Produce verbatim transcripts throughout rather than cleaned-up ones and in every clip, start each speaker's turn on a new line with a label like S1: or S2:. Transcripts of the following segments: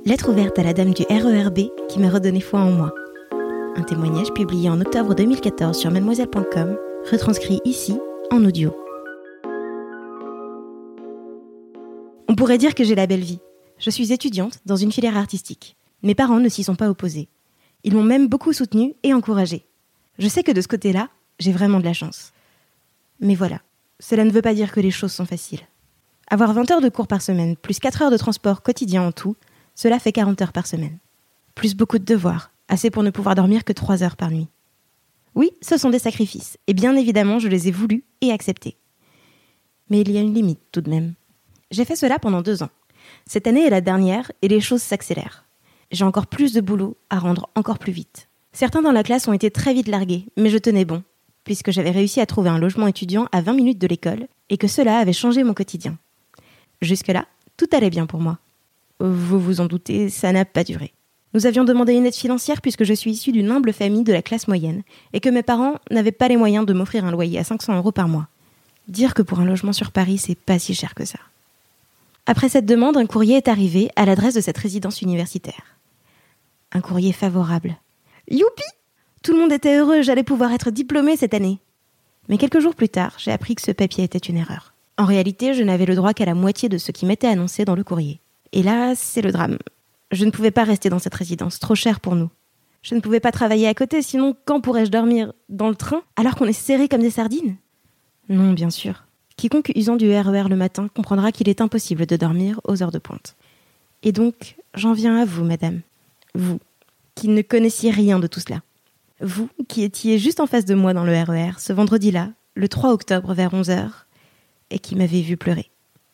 S1: Lettre ouverte à la dame du R E R B qui m'a redonné foi en moi. Un témoignage publié en octobre deux mille quatorze sur mademoiselle point com, retranscrit ici en audio. On pourrait dire que j'ai la belle vie. Je suis étudiante dans une filière artistique. Mes parents ne s'y sont pas opposés. Ils m'ont même beaucoup soutenue et encouragée. Je sais que de ce côté-là, j'ai vraiment de la chance. Mais voilà, cela ne veut pas dire que les choses sont faciles. Avoir vingt heures de cours par semaine, plus quatre heures de transport quotidien en tout, cela fait quarante heures par semaine. Plus beaucoup de devoirs, assez pour ne pouvoir dormir que trois heures par nuit. Oui, ce sont des sacrifices, et bien évidemment, je les ai voulus et acceptés. Mais il y a une limite tout de même. J'ai fait cela pendant deux ans. Cette année est la dernière, et les choses s'accélèrent. J'ai encore plus de boulot à rendre encore plus vite. Certains dans la classe ont été très vite largués, mais je tenais bon, puisque j'avais réussi à trouver un logement étudiant à vingt minutes de l'école, et que cela avait changé mon quotidien. Jusque-là, tout allait bien pour moi. Vous vous en doutez, ça n'a pas duré. Nous avions demandé une aide financière puisque je suis issue d'une humble famille de la classe moyenne et que mes parents n'avaient pas les moyens de m'offrir un loyer à cinq cents euros par mois. Dire que pour un logement sur Paris, c'est pas si cher que ça. Après cette demande, un courrier est arrivé à l'adresse de cette résidence universitaire. Un courrier favorable. Youpi! Tout le monde était heureux, j'allais pouvoir être diplômée cette année. Mais quelques jours plus tard, j'ai appris que ce papier était une erreur. En réalité, je n'avais le droit qu'à la moitié de ce qui m'était annoncé dans le courrier. Et là, c'est le drame. Je ne pouvais pas rester dans cette résidence, trop chère pour nous. Je ne pouvais pas travailler à côté, sinon quand pourrais-je dormir? Dans le train, alors qu'on est serrés comme des sardines? Non, bien sûr. Quiconque usant du R E R le matin comprendra qu'il est impossible de dormir aux heures de pointe. Et donc, j'en viens à vous, madame. Vous, qui ne connaissiez rien de tout cela. Vous, qui étiez juste en face de moi dans le R E R, ce vendredi-là, le trois octobre vers onze heures, et qui m'avez vu pleurer.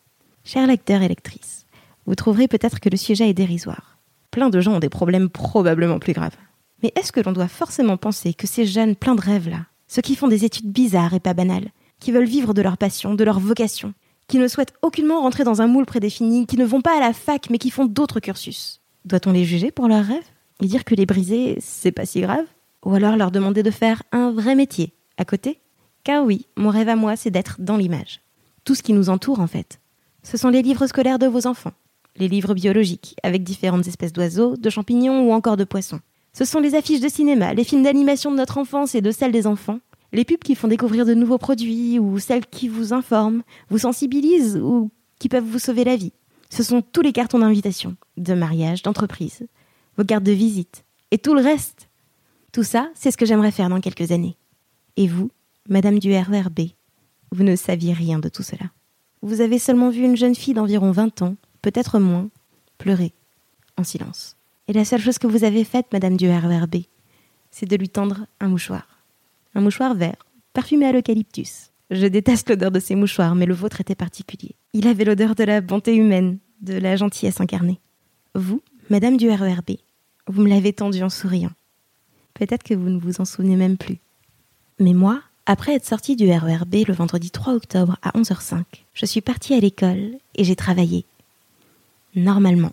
S1: Chers lecteurs et lectrices, vous trouverez peut-être que le sujet est dérisoire. Plein de gens ont des problèmes probablement plus graves. Mais est-ce que l'on doit forcément penser que ces jeunes pleins de rêves-là, ceux qui font des études bizarres et pas banales, qui veulent vivre de leur passion, de leur vocation, qui ne souhaitent aucunement rentrer dans un moule prédéfini, qui ne vont pas à la fac mais qui font d'autres cursus, doit-on les juger pour leurs rêves et dire que les briser, c'est pas si grave? Ou alors leur demander de faire un vrai métier à côté? Car oui, mon rêve à moi, c'est d'être dans l'image. Tout ce qui nous entoure en fait. Ce sont les livres scolaires de vos enfants. Les livres biologiques, avec différentes espèces d'oiseaux, de champignons ou encore de poissons. Ce sont les affiches de cinéma, les films d'animation de notre enfance et de celle des enfants, les pubs qui font découvrir de nouveaux produits ou celles qui vous informent, vous sensibilisent ou qui peuvent vous sauver la vie. Ce sont tous les cartons d'invitation, de mariage, d'entreprise, vos cartes de visite et tout le reste. Tout ça, c'est ce que j'aimerais faire dans quelques années. Et vous, madame du R E R B, vous ne saviez rien de tout cela. Vous avez seulement vu une jeune fille d'environ vingt ans, peut-être moins, pleurer, en silence. Et la seule chose que vous avez faite, madame du R E R B, c'est de lui tendre un mouchoir. Un mouchoir vert, parfumé à l'eucalyptus. Je déteste l'odeur de ces mouchoirs, mais le vôtre était particulier. Il avait l'odeur de la bonté humaine, de la gentillesse incarnée. Vous, madame du R E R B, vous me l'avez tendu en souriant. Peut-être que vous ne vous en souvenez même plus. Mais moi, après être sortie du R E R B le vendredi trois octobre à onze heures cinq, je suis partie à l'école et j'ai travaillé. Normalement.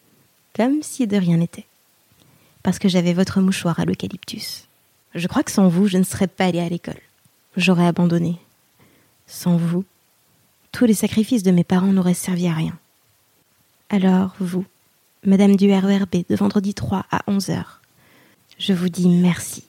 S1: Comme si de rien n'était. Parce que j'avais votre mouchoir à l'eucalyptus. Je crois que sans vous, je ne serais pas allée à l'école. J'aurais abandonné. Sans vous, tous les sacrifices de mes parents n'auraient servi à rien. Alors, vous, madame du R E R B, de vendredi trois à onze heures, je vous dis merci.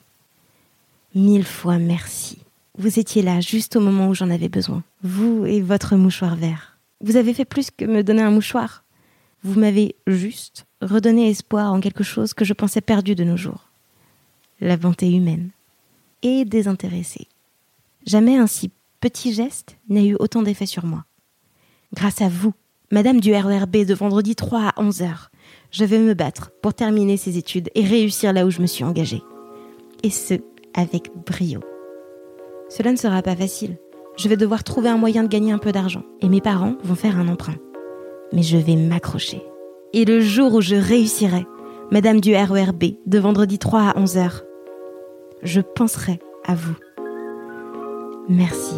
S1: Mille fois merci. Vous étiez là juste au moment où j'en avais besoin. Vous et votre mouchoir vert. Vous avez fait plus que me donner un mouchoir. Vous m'avez juste redonné espoir en quelque chose que je pensais perdu de nos jours. La bonté humaine. Et désintéressée. Jamais un si petit geste n'a eu autant d'effet sur moi. Grâce à vous, madame du R E R B de vendredi trois à onze heures, je vais me battre pour terminer ces études et réussir là où je me suis engagée. Et ce, avec brio. Cela ne sera pas facile. Je vais devoir trouver un moyen de gagner un peu d'argent. Et mes parents vont faire un emprunt. Mais je vais m'accrocher. Et le jour où je réussirai, madame du R E R B, de vendredi trois à onze heures, je penserai à vous. Merci.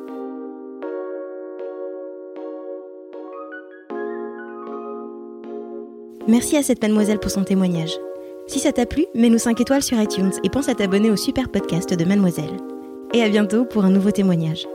S1: Merci à cette mademoiselle pour son témoignage. Si ça t'a plu, mets-nous cinq étoiles sur iTunes et pense à t'abonner au super podcast de Mademoiselle. Et à bientôt pour un nouveau témoignage.